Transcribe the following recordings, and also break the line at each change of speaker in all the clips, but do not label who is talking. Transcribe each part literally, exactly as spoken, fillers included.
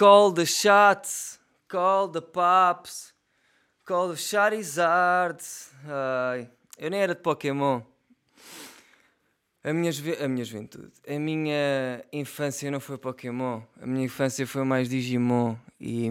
Call the shots, call the pops, call the Charizard. Ai, eu nem era de Pokémon. A minha, juve- a minha juventude, a minha infância não foi Pokémon. A minha infância foi mais Digimon e,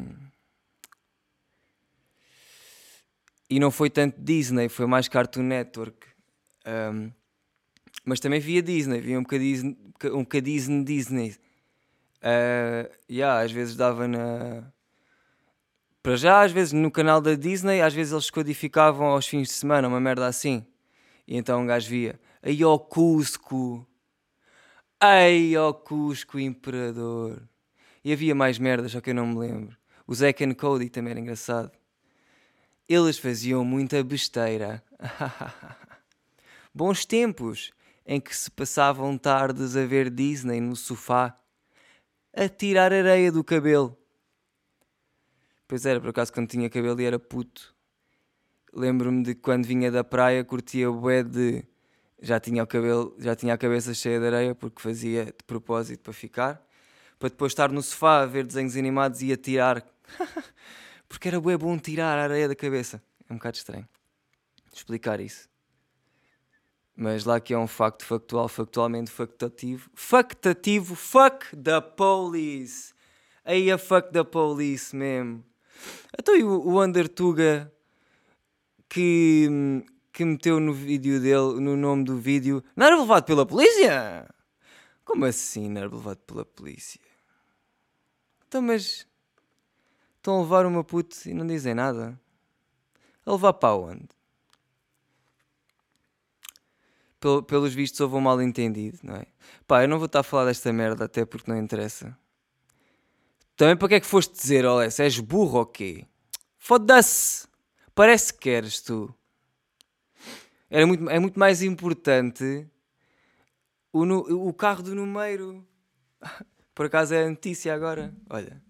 e não foi tanto Disney, foi mais Cartoon Network. Um, mas também via Disney, via um bocadinho um bocadinho Disney. Uh, yeah, às vezes dava na... Para já, às vezes no canal da Disney, às vezes eles codificavam aos fins de semana, uma merda assim. E então um gajo via. Aí ó Cusco. Ai ó Cusco Imperador. E havia mais merdas, só que eu não me lembro. O Zack and Cody também era engraçado. Eles faziam muita besteira. Bons tempos em que se passavam tardes a ver Disney no sofá, a tirar areia do cabelo. Pois era, por acaso, quando tinha cabelo e era puto. Lembro-me de que quando vinha da praia curtia o bué de... Já tinha o cabelo, já tinha a cabeça cheia de areia porque fazia de propósito para ficar. Para depois estar no sofá a ver desenhos animados e a tirar. Porque era bué bom tirar a areia da cabeça. É um bocado estranho explicar isso. Mas lá que é um facto factual, factualmente factativo. Factativo, fuck the police. Aí a fuck the police mesmo. Então e o, o Undertuga que, que meteu no vídeo dele, no nome do vídeo, não era levado pela polícia? Como assim não era levado pela polícia? Então mas estão a levar uma puta e não dizem nada? A levar para onde? Pel- pelos vistos houve um mal entendido, não é? Pá, eu não vou estar a falar desta merda até porque não interessa. Também para que é que foste dizer, olha, se és burro ou quê? Foda-se! Parece que queres tu. Era muito, é muito mais importante o, nu- o carro do número. Por acaso é a notícia agora. Olha.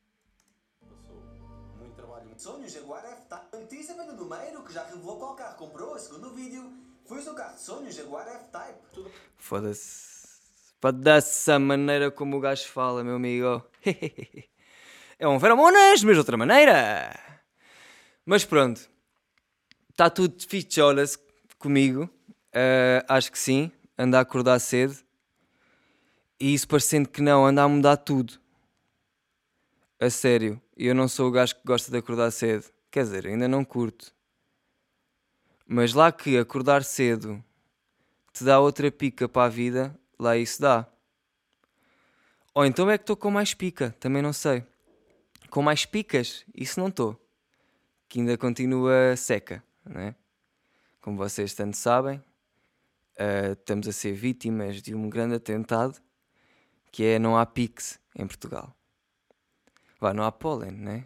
Muito trabalho. Sonho Jaguar F-Type. A notícia vem do número que já revelou qual carro comprou. Segundo o vídeo, foi o seu carro de sonho Jaguar F-Type. Tudo...
Foda-se. Foda-se a maneira como o gajo fala, meu amigo. É um feromonas, mas de outra maneira. Mas pronto. Está tudo ficholas comigo. Uh, acho que sim. Anda a acordar cedo. E isso parecendo que não, anda a mudar tudo. A sério. E eu não sou o gajo que gosta de acordar cedo. Quer dizer, ainda não curto. Mas lá que acordar cedo te dá outra pica para a vida, lá isso dá. Ou então é que estou com mais pica, também não sei. Com mais picas, isso não estou. Que ainda continua seca, não é? Como vocês tanto sabem, uh, estamos a ser vítimas de um grande atentado, que é não há Pix em Portugal. Vá, não há pólen, né?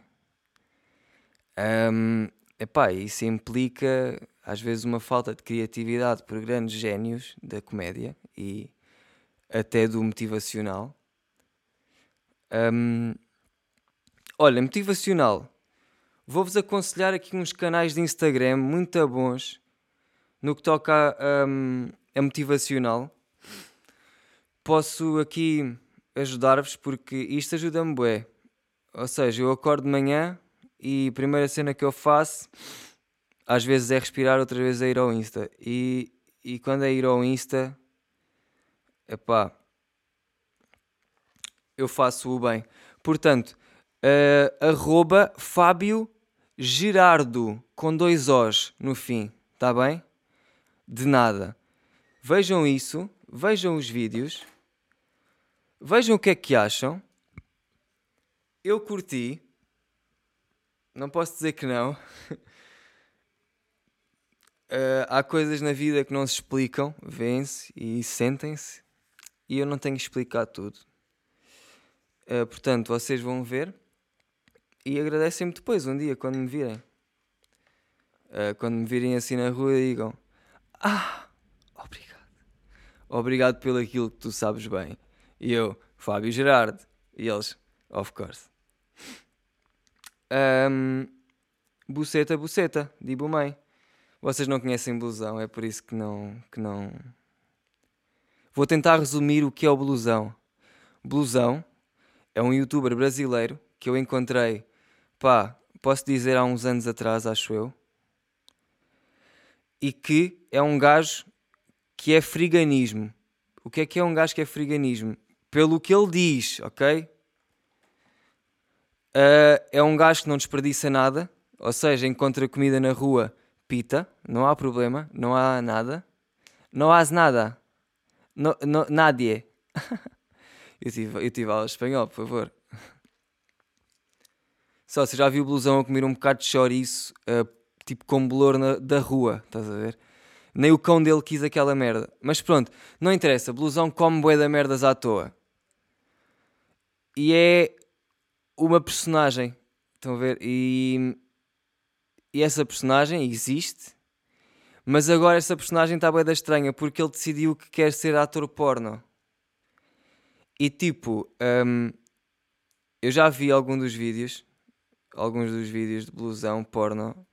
Um, epá, isso implica às vezes uma falta de criatividade por grandes génios da comédia e até do motivacional. Um, olha, motivacional. Vou-vos aconselhar aqui uns canais de Instagram muito bons no que toca a, um, a motivacional. Posso aqui ajudar-vos porque isto ajuda-me bué. Ou seja, eu acordo de manhã e a primeira cena que eu faço às vezes é respirar, outras vezes é ir ao Insta. E, e quando é ir ao Insta, epá, eu faço-o bem. Portanto, uh, arroba Fábio Gerardo, com dois Os no fim, está bem? De nada. Vejam isso, vejam os vídeos, vejam o que é que acham. Eu curti, não posso dizer que não. Uh, há coisas na vida que não se explicam, vêem-se e sentem-se, e eu não tenho que explicar tudo. Uh, portanto, vocês vão ver e agradecem-me depois, um dia, quando me virem. Uh, quando me virem assim na rua, digam: Ah, obrigado. Obrigado pelo aquilo que tu sabes bem. E eu, Fábio Gerardo. E eles, of course. Um, buceta, buceta, digo mãe. Vocês não conhecem blusão, é por isso que não, que não... Vou tentar resumir o que é o blusão. Blusão É um youtuber brasileiro que eu encontrei, pá, posso dizer há uns anos atrás, acho eu. E que é um gajo que é friganismo. O que é que é um gajo que é friganismo? Pelo que ele diz, ok? Uh, é um gajo que não desperdiça nada, ou seja, encontra comida na rua, pita, não há problema, não há nada. Não há nada. No, no, nadie. eu, tive, eu tive aula de espanhol, por favor. Só, você já viu o blusão a comer um bocado de chouriço, uh, tipo com bolor na, da rua, estás a ver? Nem o cão dele quis aquela merda. Mas pronto, não interessa, blusão come bué da merdas à toa. E é uma personagem, estão a ver? E, e essa personagem existe, mas agora essa personagem está bué da estranha, porque ele decidiu que quer ser ator porno. E tipo, um, eu já vi algum dos vídeos, alguns dos vídeos de blusão porno,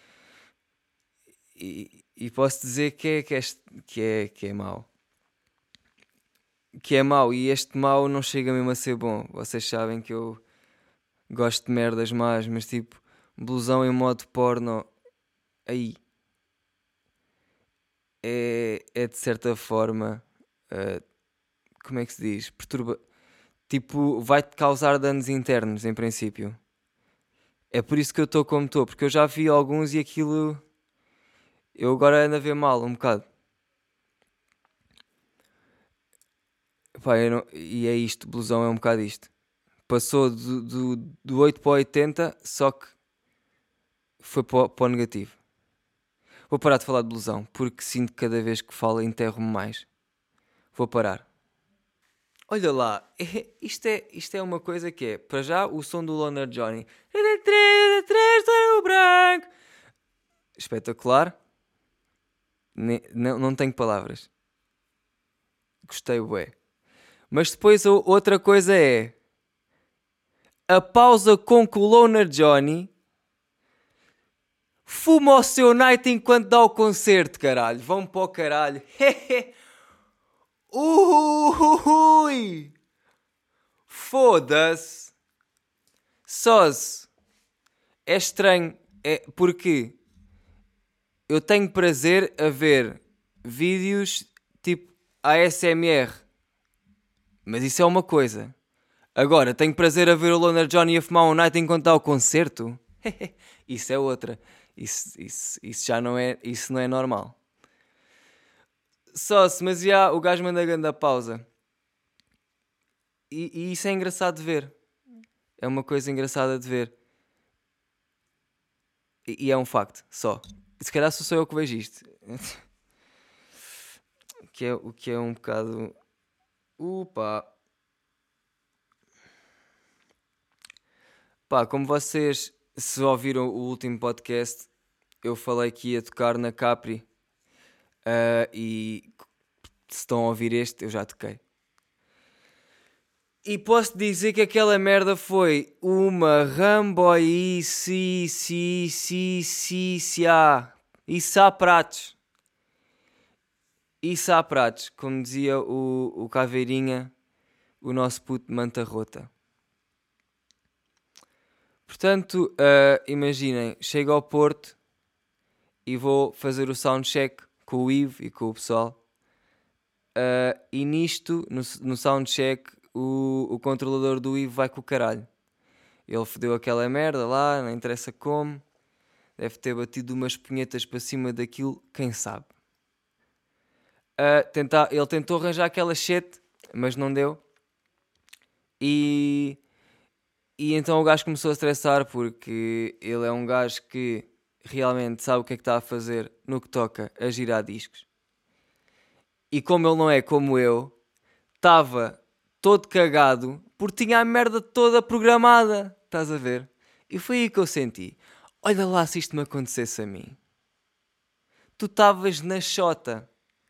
e, e posso dizer que é, que, é, que, é, que é mau. Que é mau, e este mau não chega mesmo a ser bom. Vocês sabem que eu gosto de merdas más, mas tipo, blusão em modo porno, aí, é, é de certa forma, uh, como é que se diz? Perturba... Tipo, vai-te causar danos internos, em princípio. É por isso que eu estou como estou, porque eu já vi alguns e aquilo... Eu agora ando a ver mal, um bocado. Pá, eu não... E é isto, blusão é um bocado isto. Passou do, do, do oito para o oitenta, só que foi para o, para o negativo. Vou parar de falar de blusão, porque sinto que cada vez que falo enterro-me mais. Vou parar. Olha lá, é, isto, é, isto é uma coisa que é, para já, o som do Loner Johnny. Branco. Espetacular. Ne, não, não tenho palavras. Gostei, bué. Mas depois outra coisa é a pausa com que o Loner Johnny fuma o seu night enquanto dá o concerto, caralho. Vão para o caralho. Ui! Foda-se. Sós. É estranho. É porque eu tenho prazer a ver vídeos tipo A S M R. Mas isso é uma coisa. Agora, tenho prazer a ver o Loner Johnny a fumar um night enquanto dá o concerto? Isso é outra. Isso, isso, isso já não é, isso não é normal. Só se, mas já o gajo manda a grande pausa. E, e isso é engraçado de ver. É uma coisa engraçada de ver. E, e é um facto, só. Se calhar sou só eu que vejo isto. que é, o que é um bocado... Upa... Pá, como vocês, se ouviram o último podcast, eu falei que ia tocar na Capri. Uh, e se estão a ouvir este, eu já toquei. E posso dizer que aquela merda foi uma ramboice, si, si, si, si, ah. Isso há pratos. Isso há pratos, como dizia o, o Caveirinha, o nosso puto de manta rota. Portanto, uh, imaginem, chego ao Porto e vou fazer o soundcheck com o Ivo e com o pessoal. Uh, e nisto, no, no soundcheck, o, o controlador do Ivo vai com o caralho. Ele fodeu aquela merda lá, não interessa como. Deve ter batido umas punhetas para cima daquilo, quem sabe. Uh, tentar, ele tentou arranjar aquela shit, mas não deu. E... E então o gajo começou a estressar porque ele é um gajo que realmente sabe o que é que está a fazer no que toca a girar discos. E como ele não é como eu, estava todo cagado porque tinha a merda toda programada. Estás a ver? E foi aí que eu senti. Olha lá se isto me acontecesse a mim. Tu estavas na chota.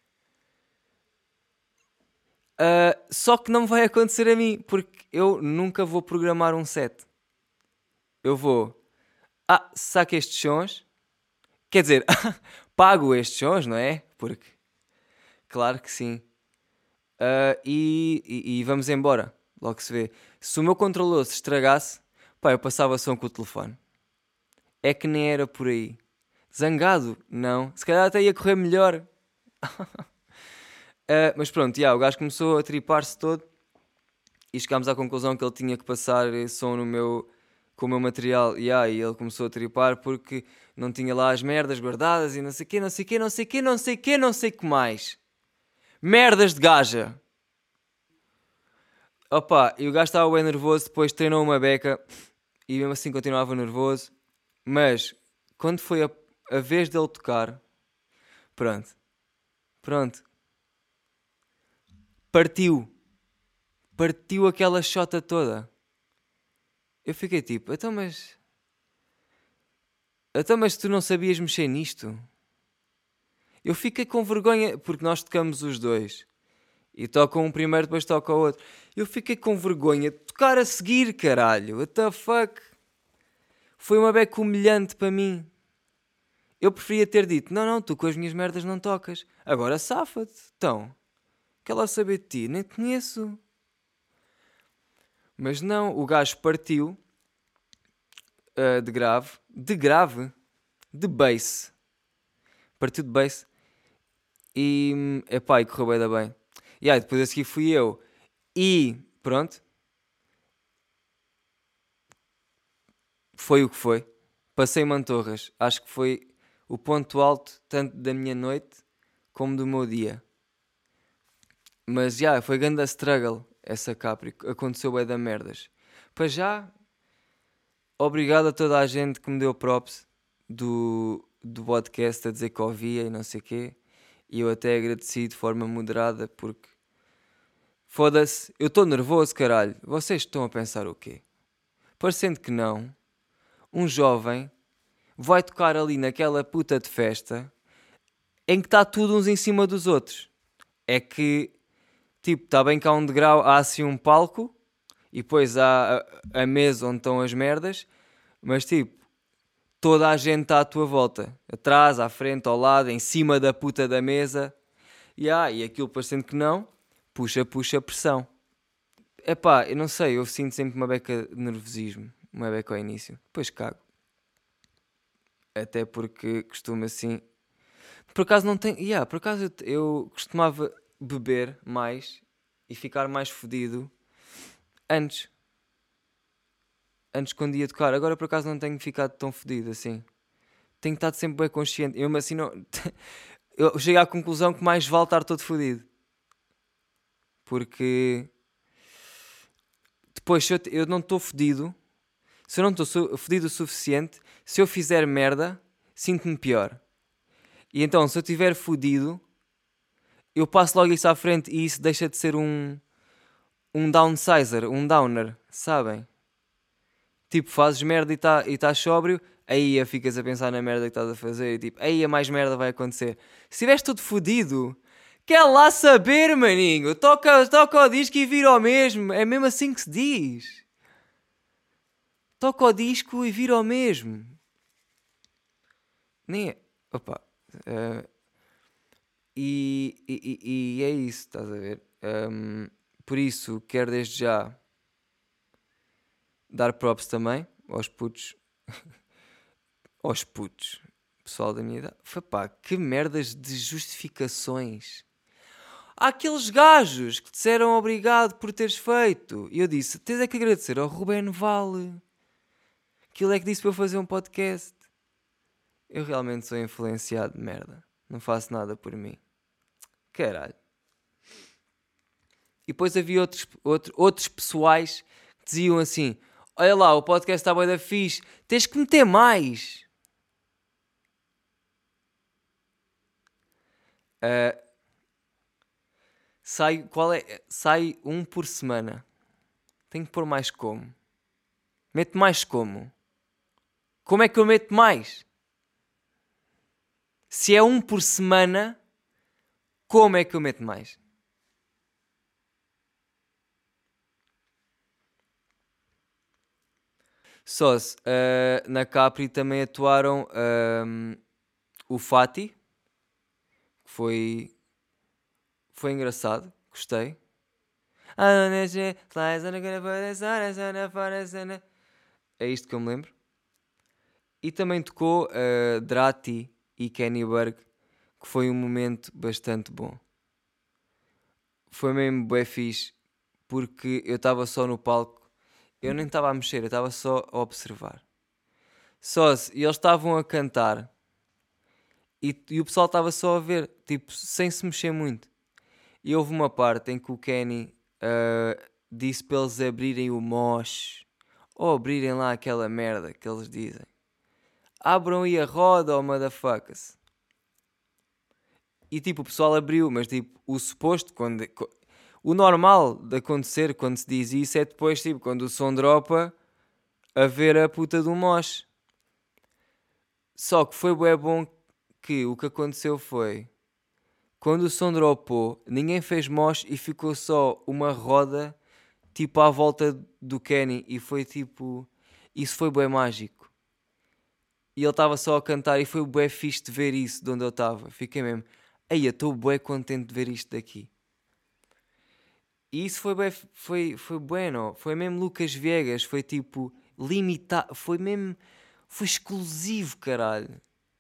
Uh, só que não vai acontecer a mim, porque eu nunca vou programar um set. Eu vou... Ah, saco estes sons. Quer dizer, pago estes sons, não é? Porque... Claro que sim. Uh, e, e, e vamos embora. logo se vê. Se o meu controlador se estragasse, pá, eu passava som com o telefone. É que nem era por aí. Zangado? Não. Se calhar até ia correr melhor. uh, mas pronto, yeah, o gajo começou a tripar-se todo e chegámos à conclusão que ele tinha que passar som no meu, com o meu material. Yeah, e ele começou a tripar porque não tinha lá as merdas guardadas e não sei o quê, não sei o quê, não sei o quê, não sei o quê, não sei o que mais. Merdas de gaja! Opa, e o gajo estava bem nervoso, depois treinou uma beca e mesmo assim continuava nervoso. Mas, quando foi a, a vez dele tocar, pronto, pronto, partiu, partiu aquela shota toda. Eu fiquei tipo, então mas, então mas tu não sabias mexer nisto? Eu fiquei com vergonha, porque nós tocamos os dois. E toca um primeiro, depois toca o outro. Eu fiquei com vergonha de tocar a seguir, caralho. What the fuck? Foi uma beca humilhante para mim. Eu preferia ter dito, não, não, tu com as minhas merdas não tocas. Agora safa-te. Então, quer lá saber de ti? Nem te conheço. Mas não, o gajo partiu uh, de grave. De grave? De bass. Partiu de bass. E, epá, e correu bem da bem. E aí, depois a seguir fui eu. E, pronto. Foi o que foi. Passei Mantorras. Acho que foi o ponto alto tanto da minha noite como do meu dia. Mas, já, yeah, foi grande struggle essa Capri. Aconteceu bem da merdas. Para já, obrigado a toda a gente que me deu props do, do podcast a dizer que ouvia e não sei o quê. E eu até agradeci de forma moderada porque... Foda-se, eu estou nervoso, caralho. Vocês estão a pensar o quê? Parecendo que não, um jovem vai tocar ali naquela puta de festa em que está tudo uns em cima dos outros. É que, tipo, está bem cá um degrau, há assim um palco e depois há a, a mesa onde estão as merdas, mas tipo, toda a gente está à tua volta. Atrás, à frente, ao lado, em cima da puta da mesa. E, ah, e aquilo parecendo que não, puxa, puxa pressão. Epá, eu não sei, eu sinto sempre uma beca de nervosismo, uma beca ao início. Depois cago. Até porque costumo assim... Por acaso não tenho... Yeah, por acaso eu, eu costumava beber mais e ficar mais fodido antes. Antes quando ia tocar. Agora por acaso não tenho ficado tão fodido assim. Tenho estado sempre bem consciente. Eu, assim, não... eu cheguei à conclusão que mais vale estar todo fodido. Porque... Depois, se eu, eu não estou fodido... Se eu não estou fodido o suficiente, se eu fizer merda, sinto-me pior. E então, se eu estiver fodido, eu passo logo isso à frente e isso deixa de ser um, um downsizer, um downer, sabem? Tipo, fazes merda e estás e tá sóbrio, aí ficas a pensar na merda que estás a fazer e tipo, aí mais merda vai acontecer. Se estiveres todo fodido, quer lá saber, maninho? Toca, toca o disco e vira ao mesmo. É mesmo assim que se diz. Toca o disco e vira ao mesmo. Nem é. Opa. Uh, e, e, e é isso, estás a ver? Um, por isso, quero desde já dar props também aos putos. aos putos. Pessoal da minha idade. Foi pá, que merdas de justificações. Há aqueles gajos que disseram obrigado por teres feito. E eu disse, tens é que agradecer ao Ruben Vale. Aquilo é que disse para eu fazer um podcast. Eu realmente sou influenciado de merda. Não faço nada por mim. Caralho. E depois havia outros, outro, outros pessoais que diziam assim, olha lá, o podcast está bem da fixe, tens que meter mais. Uh, sai, qual é? Sai um por semana. Tenho que pôr mais como? Mete mais como? Como é que eu meto mais? Se é um por semana, como é que eu meto mais? Só se uh, na Capri também atuaram uh, o Fati, que foi, foi engraçado, gostei. É isto que eu me lembro. E também tocou uh, Drati e Kenny Berg, que foi um momento bastante bom. Foi mesmo bué fixe, porque eu estava só no palco, eu nem estava a mexer, eu estava só a observar. Só se, e eles estavam a cantar, e, e o pessoal estava só a ver, tipo, sem se mexer muito. E houve uma parte em que o Kenny uh, disse para eles abrirem o mosh, ou abrirem lá aquela merda que eles dizem. Abram aí a roda, oh motherfuckers. E tipo, o pessoal abriu, mas tipo, o suposto, quando, o normal de acontecer quando se diz isso é depois, tipo, quando o som dropa, a ver a puta do mosh. Só que foi bué bom que o que aconteceu foi, quando o som dropou, ninguém fez mosh e ficou só uma roda, tipo, à volta do Kenny, e foi tipo, isso foi bué mágico. E ele estava só a cantar e foi bué fixe de ver isso de onde eu estava. Fiquei mesmo, ei, eu estou bué contente de ver isto daqui. E isso foi bué, foi, foi bueno. Foi mesmo Lucas Viegas. Foi tipo, limitado. Foi mesmo, foi exclusivo, caralho.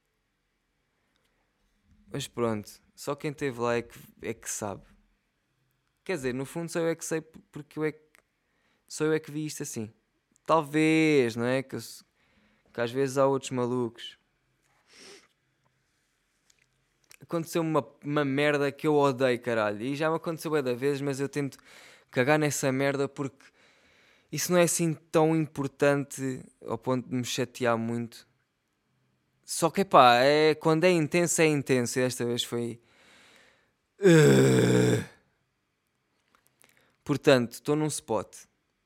Mas pronto, só quem esteve lá é que, é que sabe. Quer dizer, no fundo só eu é que sei porque eu é que, só eu é que vi isto assim. Talvez, não é? Que, eu, que às vezes há outros malucos. Aconteceu uma, uma merda que eu odeio, caralho. E já me aconteceu bué da vez, mas eu tento cagar nessa merda porque isso não é assim tão importante ao ponto de me chatear muito. Só que, pá, é, quando é intenso, é intenso. E desta vez foi... Uh... Portanto, estou num spot.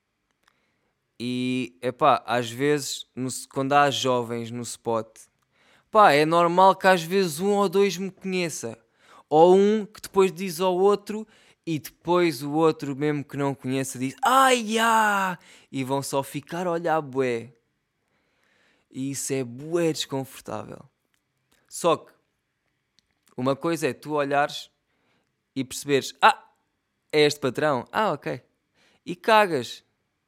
E, é pá, às vezes, no, quando há jovens no spot... Pá, é normal que às vezes um ou dois me conheça. Ou um que depois diz ao outro e depois o outro mesmo que não conheça diz ai, ah! E vão só ficar a olhar bué. E isso é bué desconfortável. Só que uma coisa é tu olhares e perceberes ah, é este patrão? Ah, ok. E cagas.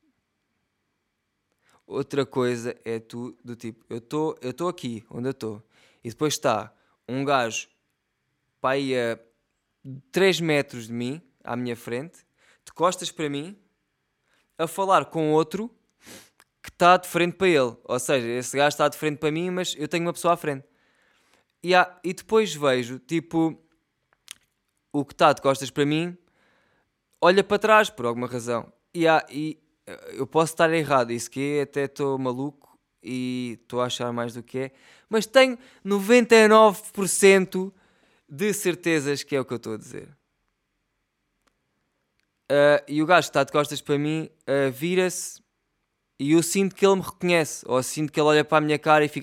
Outra coisa é tu, do tipo, eu estou eu estou aqui, onde eu estou, e depois está um gajo para aí a três metros de mim, à minha frente, de costas para mim, a falar com outro que está de frente para ele. Ou seja, esse gajo está de frente para mim, mas eu tenho uma pessoa à frente. E, há, e depois vejo, tipo, o que está de costas para mim, olha para trás, por alguma razão. E, há, e eu posso estar errado, isso que até estou maluco e estou a achar mais do que é, mas tenho noventa e nove por cento de certezas que é o que eu estou a dizer. Uh, e o gajo que está de costas para mim uh, vira-se e eu sinto que ele me reconhece, ou sinto que ele olha para a minha cara e fica...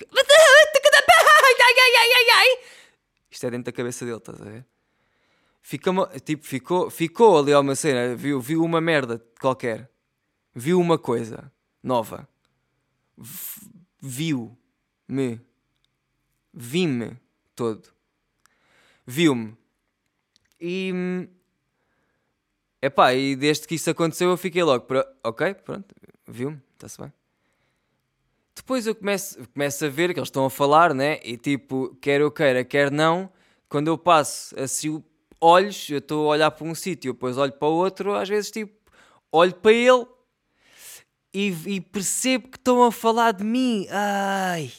Isto é dentro da cabeça dele, estás a ver? Fica, tipo, ficou, ficou ali a uma cena, viu, viu uma merda qualquer. Viu uma coisa nova. V- Viu-me. Vi-me todo. Viu-me. E... Epá, e desde que isso aconteceu eu fiquei logo... Pra... Ok, pronto. Viu-me. Está-se bem. Depois eu começo, começo a ver que eles estão a falar, né? E tipo, quer eu queira, quer não, quando eu passo assim olhos, eu estou a olhar para um sítio, depois olho para o outro, às vezes tipo, olho para ele e, e percebo que estão a falar de mim. Ai.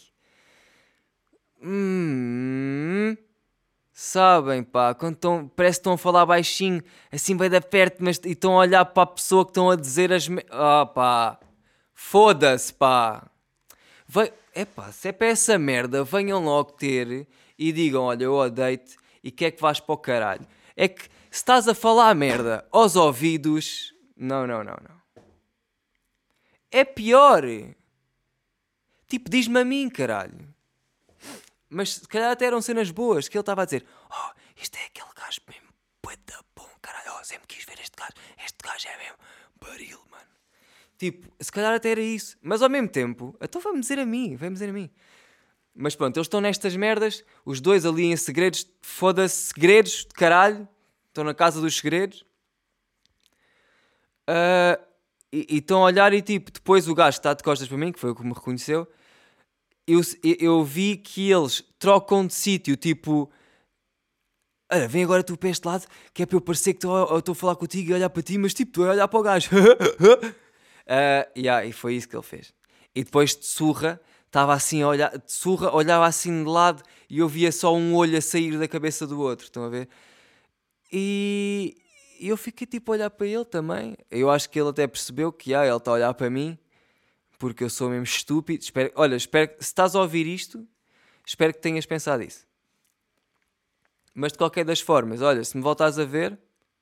Hum. Sabem, pá, quando estão, parece que estão a falar baixinho, assim bem da perto, mas e estão a olhar para a pessoa que estão a dizer as... Me... Ah, pá. Foda-se, pá. Vai... Epá, se é para essa merda, venham logo ter e digam, olha, eu odeio-te e quer que vais para o caralho. É que se estás a falar merda aos ouvidos... Não, não, não, não. É pior. Tipo, diz-me a mim, caralho. Mas se calhar até eram cenas boas, que ele estava a dizer, oh, isto é aquele gajo mesmo puta bom, caralho, oh, sempre quis ver este gajo. Este gajo é mesmo baril, mano. Tipo, se calhar até era isso. Mas ao mesmo tempo, então vai-me dizer a mim, vai-me dizer a mim. Mas pronto, eles estão nestas merdas, os dois ali em segredos, foda-se, segredos de caralho. Estão na casa dos segredos. Ah, e e estão a olhar e tipo, depois o gajo está de costas para mim, que foi o que me reconheceu, eu, eu eu vi que eles trocam de sítio, tipo, olha, vem agora tu para este lado, que é para eu parecer que estou a estou a falar contigo e olhar para ti, mas tipo, estou a olhar para o gajo. Ah, yeah, e foi isso que ele fez. E depois de surra, estava assim a olhar, de surra, olhava assim de lado e eu via só um olho a sair da cabeça do outro, estão a ver? E e eu fiquei tipo a olhar para ele também. Eu acho que ele até percebeu que ah, ele está a olhar para mim, porque eu sou mesmo estúpido. Espero, olha, espero que se estás a ouvir isto, espero que tenhas pensado isso. Mas de qualquer das formas, olha, se me voltares a ver,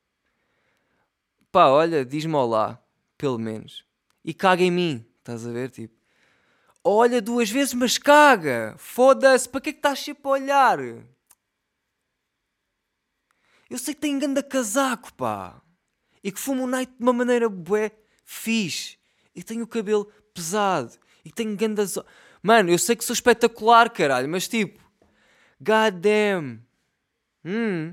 pá, olha, diz-me olá, pelo menos. E caga em mim, estás a ver? Tipo, olha duas vezes, mas caga! Foda-se, para que é que estás sempre a olhar? Eu sei que tem ganda casaco, pá. E que fumo um night de uma maneira bué fixe. E tenho o cabelo pesado. E tenho gandas... Mano, eu sei que sou espetacular, caralho. Mas tipo... God damn. Hum.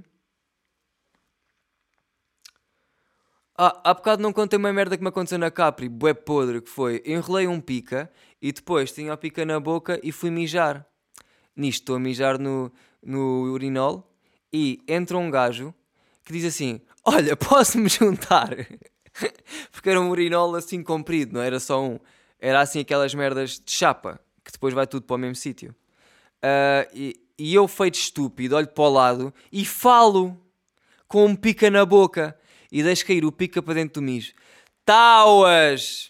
Ah, há bocado não contei uma merda que me aconteceu na Capri. Bué podre que foi. Enrolei um pica. E depois tinha o pica na boca e fui mijar. Nisto estou a mijar no, no urinol. E entra um gajo que diz assim... Olha, posso-me juntar? Porque era um urinol assim comprido, não era só um. Era assim aquelas merdas de chapa, que depois vai tudo para o mesmo sítio. Ah, e, e eu, feito estúpido, olho para o lado e falo com um pica na boca e deixo cair o pica para dentro do mijo. Tauas!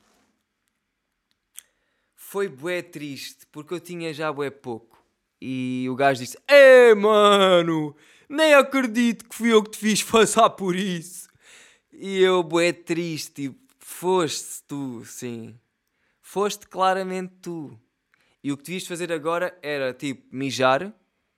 Foi bué triste, porque eu tinha já bué pouco. E o gajo disse: Ei, mano, nem acredito que fui eu que te fiz passar por isso. E eu, bué triste, tipo, foste tu, sim. Foste claramente tu. E o que devias fazer agora era, tipo, mijar,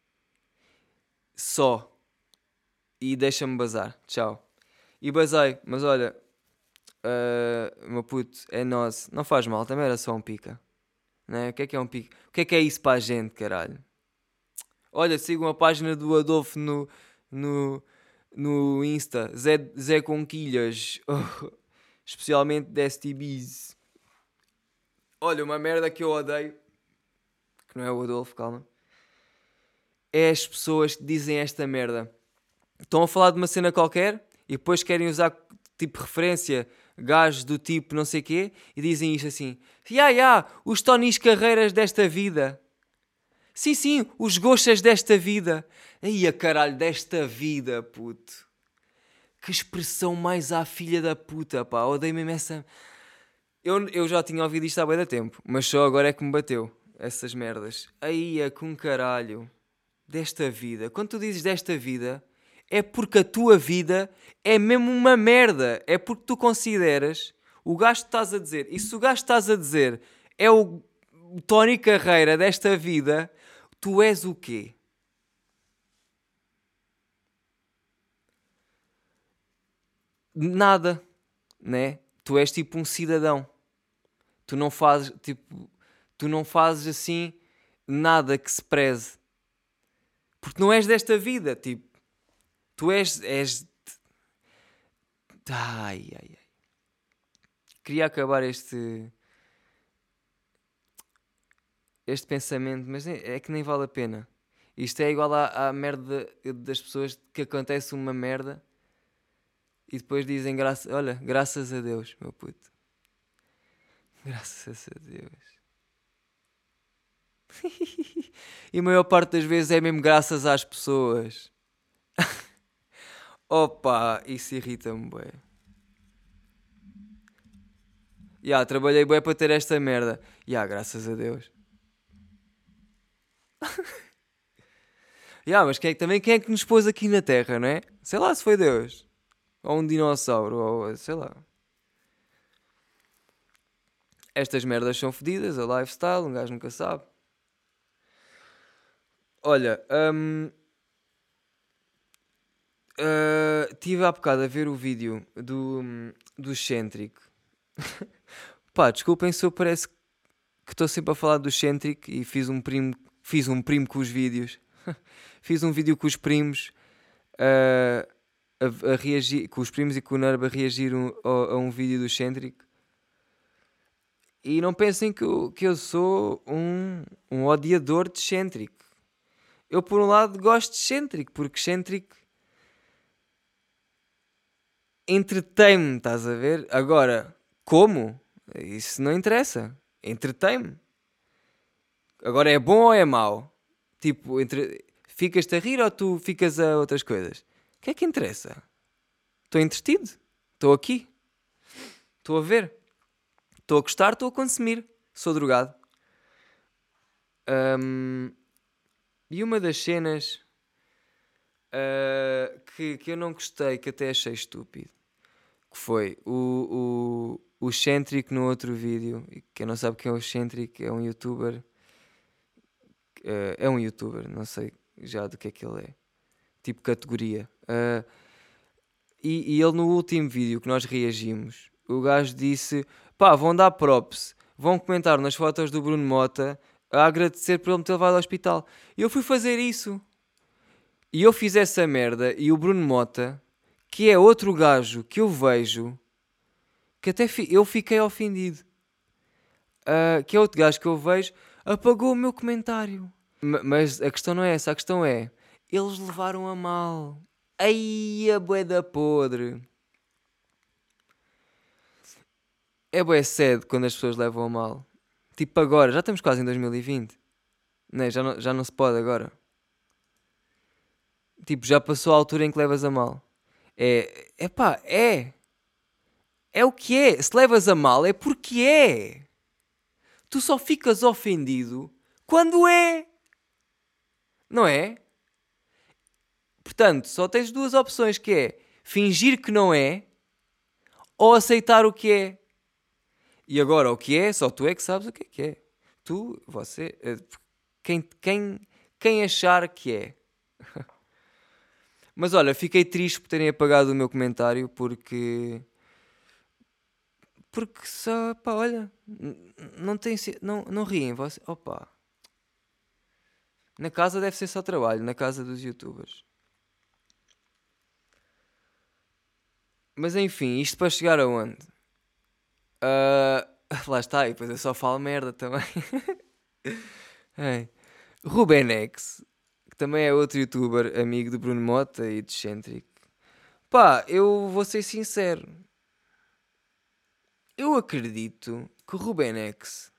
só. E deixa-me bazar. Tchau. E basei, mas olha, uh, meu puto, é nosso. Não faz mal, também era só um pica. Né? O que é que é um pica? O que é que é isso para a gente, caralho? Olha, sigam a página do Adolfo no, no, no Insta. Zé, Zé Conquilhas. Oh, especialmente de S T Bs. Olha, uma merda que eu odeio, que não é o Adolfo, calma, é as pessoas que dizem esta merda. Estão a falar de uma cena qualquer e depois querem usar tipo referência gajos do tipo não sei quê e dizem isto assim: Ya, ya, os Tonis Carreiras desta vida. Sim, sim, os gochas desta vida. Aí a caralho, desta vida, puto. Que expressão mais à filha da puta, pá. Odeio mesmo essa... Eu, eu já tinha ouvido isto há bem da tempo, mas só agora é que me bateu essas merdas. Aí é com caralho. Desta vida. Quando tu dizes desta vida, é porque a tua vida é mesmo uma merda. É porque tu consideras o gajo que estás a dizer. E se o gajo que estás a dizer é o Tony Carreira desta vida, tu és o quê? Nada, né? Tu és tipo um cidadão. Tu não fazes, tipo, tu não fazes assim nada que se preze. Porque não és desta vida, tipo, tu és, és... Ai, ai, ai. Queria acabar este, este pensamento, mas é, é que nem vale a pena. Isto é igual à, à merda das pessoas que acontece uma merda e depois dizem, graça, olha, graças a Deus, meu puto. Graças a Deus. E a maior parte das vezes é mesmo graças às pessoas. Opa, isso irrita-me, bué. Ya, yeah, trabalhei bué para ter esta merda. Ya, yeah, graças a Deus. Ya, yeah, mas quem, é também quem é que nos pôs aqui na Terra, não é? Sei lá se foi Deus. Ou um dinossauro, ou sei lá. Estas merdas são fedidas, a lifestyle, um gajo nunca sabe. Olha, hum, uh, tive há bocado a ver o vídeo do, do Excêntrico. Pá, desculpem se eu parece que estou sempre a falar do Excêntrico e fiz um primo, fiz um primo com os vídeos. Fiz um vídeo com os primos. Uh, a, a reagir, com os primos e com o Nerb a reagir um, a, a um vídeo do Excêntrico. E não pensem que eu, que eu sou um, um odiador de Excêntrico. Eu, por um lado, gosto de Excêntrico, porque Excêntrico entretém-me, estás a ver? Agora, como? Isso não interessa. Entretém-me. Agora, é bom ou é mau? Tipo, entre... ficas-te a rir ou tu ficas a outras coisas? O que é que interessa? Estou entretido. Estou aqui. Estou a ver. Estou a gostar, estou a consumir. Sou drogado. Um, e uma das cenas uh, que, que eu não gostei, que até achei estúpido, que foi o, o, o Excêntrico no outro vídeo. Quem não sabe quem é o Excêntrico, é um youtuber. Uh, é um youtuber, não sei já do que é que ele é. Tipo categoria. Uh, e, e ele no último vídeo que nós reagimos, o gajo disse: pá, vão dar props, vão comentar nas fotos do Bruno Mota a agradecer por ele me ter levado ao hospital. E eu fui fazer isso. E eu fiz essa merda e o Bruno Mota, que é outro gajo que eu vejo, que até fi- eu fiquei ofendido, uh, que é outro gajo que eu vejo, apagou o meu comentário. M- mas a questão não é essa, a questão é, eles levaram a mal. Ai, a bué da podre. É bué cedo quando as pessoas levam a mal. Tipo agora, já estamos quase em dois mil e vinte. Né? Já, não, já não se pode agora. Tipo, já passou a altura em que levas a mal. É, é pá, é. É o que é. Se levas a mal é porque é. Tu só ficas ofendido quando é. Não é? Portanto, só tens duas opções, que é fingir que não é ou aceitar o que é. E agora o que é, só tu é que sabes o que é que é. Tu, você, eh, quem, quem, quem achar que é. Mas olha, fiquei triste por terem apagado o meu comentário porque... Porque só, pá, olha, n- não tem, se- não, não riem, você, opa. Na casa deve ser só trabalho, na casa dos youtubers. Mas enfim, isto para chegar aonde? Ah, lá está, e depois eu só falo merda também. Ei. Rubenex, que também é outro youtuber amigo do Bruno Mota e de Excêntrico. Pá, eu vou ser sincero. Eu acredito que o Rubenex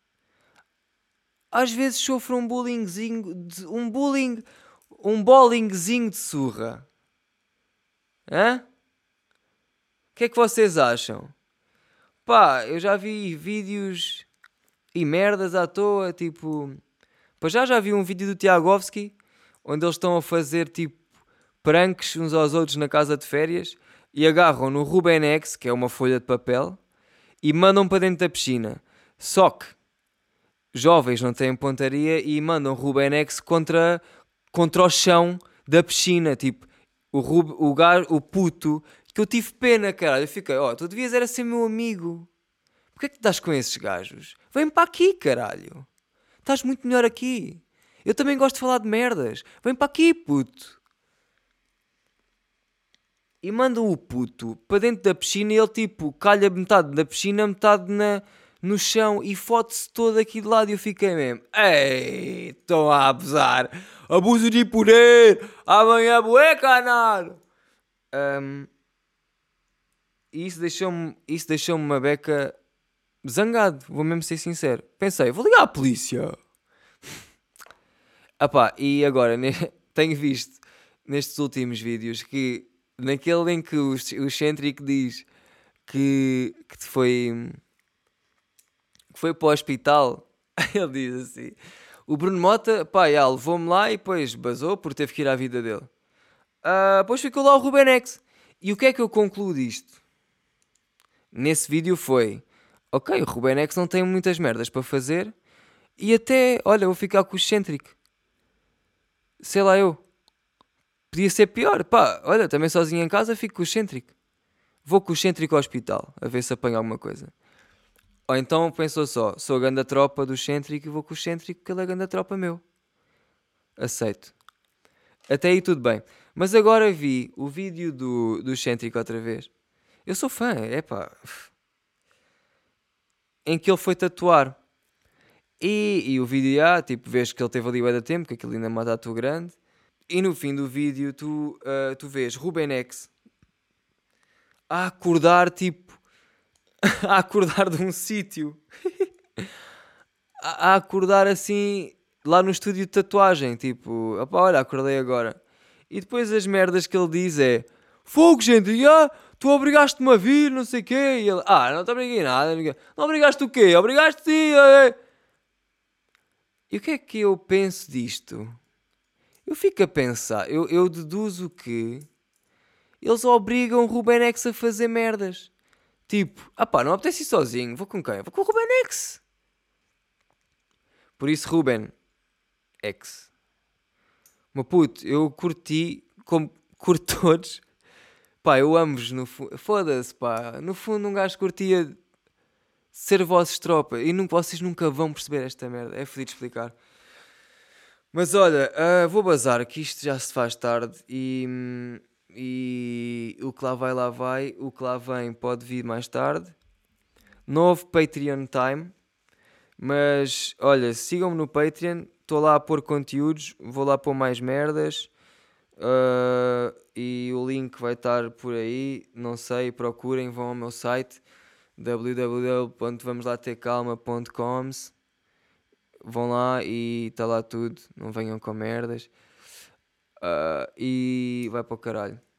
às vezes sofre um bullyingzinho, de- um bullying, um bowlingzinho de surra. Hã? O que é que vocês acham? Pá, eu já vi vídeos e merdas à toa, tipo... Pá, já já vi um vídeo do Tiagovski, onde eles estão a fazer, tipo, pranks uns aos outros na casa de férias, e agarram no Rubenex, que é uma folha de papel, e mandam para dentro da piscina. Só que jovens não têm pontaria e mandam Rubenex contra, contra o chão da piscina. Tipo, o, Rub, o, gar, o puto, que eu tive pena, caralho. Eu fiquei, ó, oh, tu devias era ser meu amigo. Porquê é que tu estás com esses gajos? Vem para aqui, caralho. Estás muito melhor aqui. Eu também gosto de falar de merdas. Vem para aqui, puto. E mandam o puto para dentro da piscina e ele, tipo, calha metade na piscina, metade na, no chão e fode-se todo aqui de lado. E eu fiquei mesmo, ei, estão a abusar. Abuso de poder. Amanhã bué, canal. Um, e isso deixou-me isso deixou-me uma beca zangado, vou mesmo ser sincero. Pensei, vou ligar à polícia. Ah pá, e agora ne- tenho visto nestes últimos vídeos que naquele em que o, o Excêntrico diz que, que foi, que foi para o hospital, ele diz assim: o Bruno Mota, pá, já, levou-me lá e depois basou porque teve que ir à vida dele. Ah, depois ficou lá o Rubenex. E o que é que eu concluo disto? Nesse vídeo foi: ok, o Rubenex não tem muitas merdas para fazer e até, olha, vou ficar com o Excêntrico. Sei lá eu. Podia ser pior. Pá, olha, também sozinho em casa fico com o Excêntrico. Vou com o Excêntrico ao hospital, a ver se apanho alguma coisa. Ou então pensou só, sou a ganda tropa do Excêntrico e vou com o Excêntrico porque ele é a ganda tropa meu. Aceito. Até aí tudo bem. Mas agora vi o vídeo do, do Excêntrico outra vez. Eu sou fã, é pá. Em que ele foi tatuar. E, e o vídeo, ah, tipo, vês que ele teve ali bué de tempo, que aquilo ainda é uma tatu grande. E no fim do vídeo tu, ah, tu vês Ruben X a acordar, tipo, a acordar de um sítio. A, a acordar assim, lá no estúdio de tatuagem. Tipo, opá, olha, acordei agora. E depois as merdas que ele diz é: Fogo, gente, ah, tu obrigaste-me a vir, não sei o quê. E ele: Ah, não te obriguei nada. Não obrigaste o quê? Obrigaste-te. eh." E o que é que eu penso disto? Eu fico a pensar, eu, eu deduzo que eles obrigam o Ruben X a fazer merdas. Tipo, ah pá, não apetece ir sozinho, vou com quem? Vou com o Ruben X. Por isso, Ruben X. Meu puto, eu curti, como curto todos. Pá, eu amo-vos no fundo. Foda-se, pá. No fundo, um gajo curtia ser vossos tropa. E nunca, vocês nunca vão perceber esta merda. É fodido explicar. Mas olha, ah, vou bazar, que isto já se faz tarde. E, hum, e o que lá vai, lá vai. O que lá vem pode vir mais tarde. Novo Patreon Time. Mas olha, sigam-me no Patreon. Estou lá a pôr conteúdos. Vou lá pôr mais merdas. Uh, e o link vai estar por aí, não sei, procurem, vão ao meu site w w w ponto vamos lá ter calma ponto com, vão lá e está lá tudo, não venham com merdas. Uh, e vai para o caralho.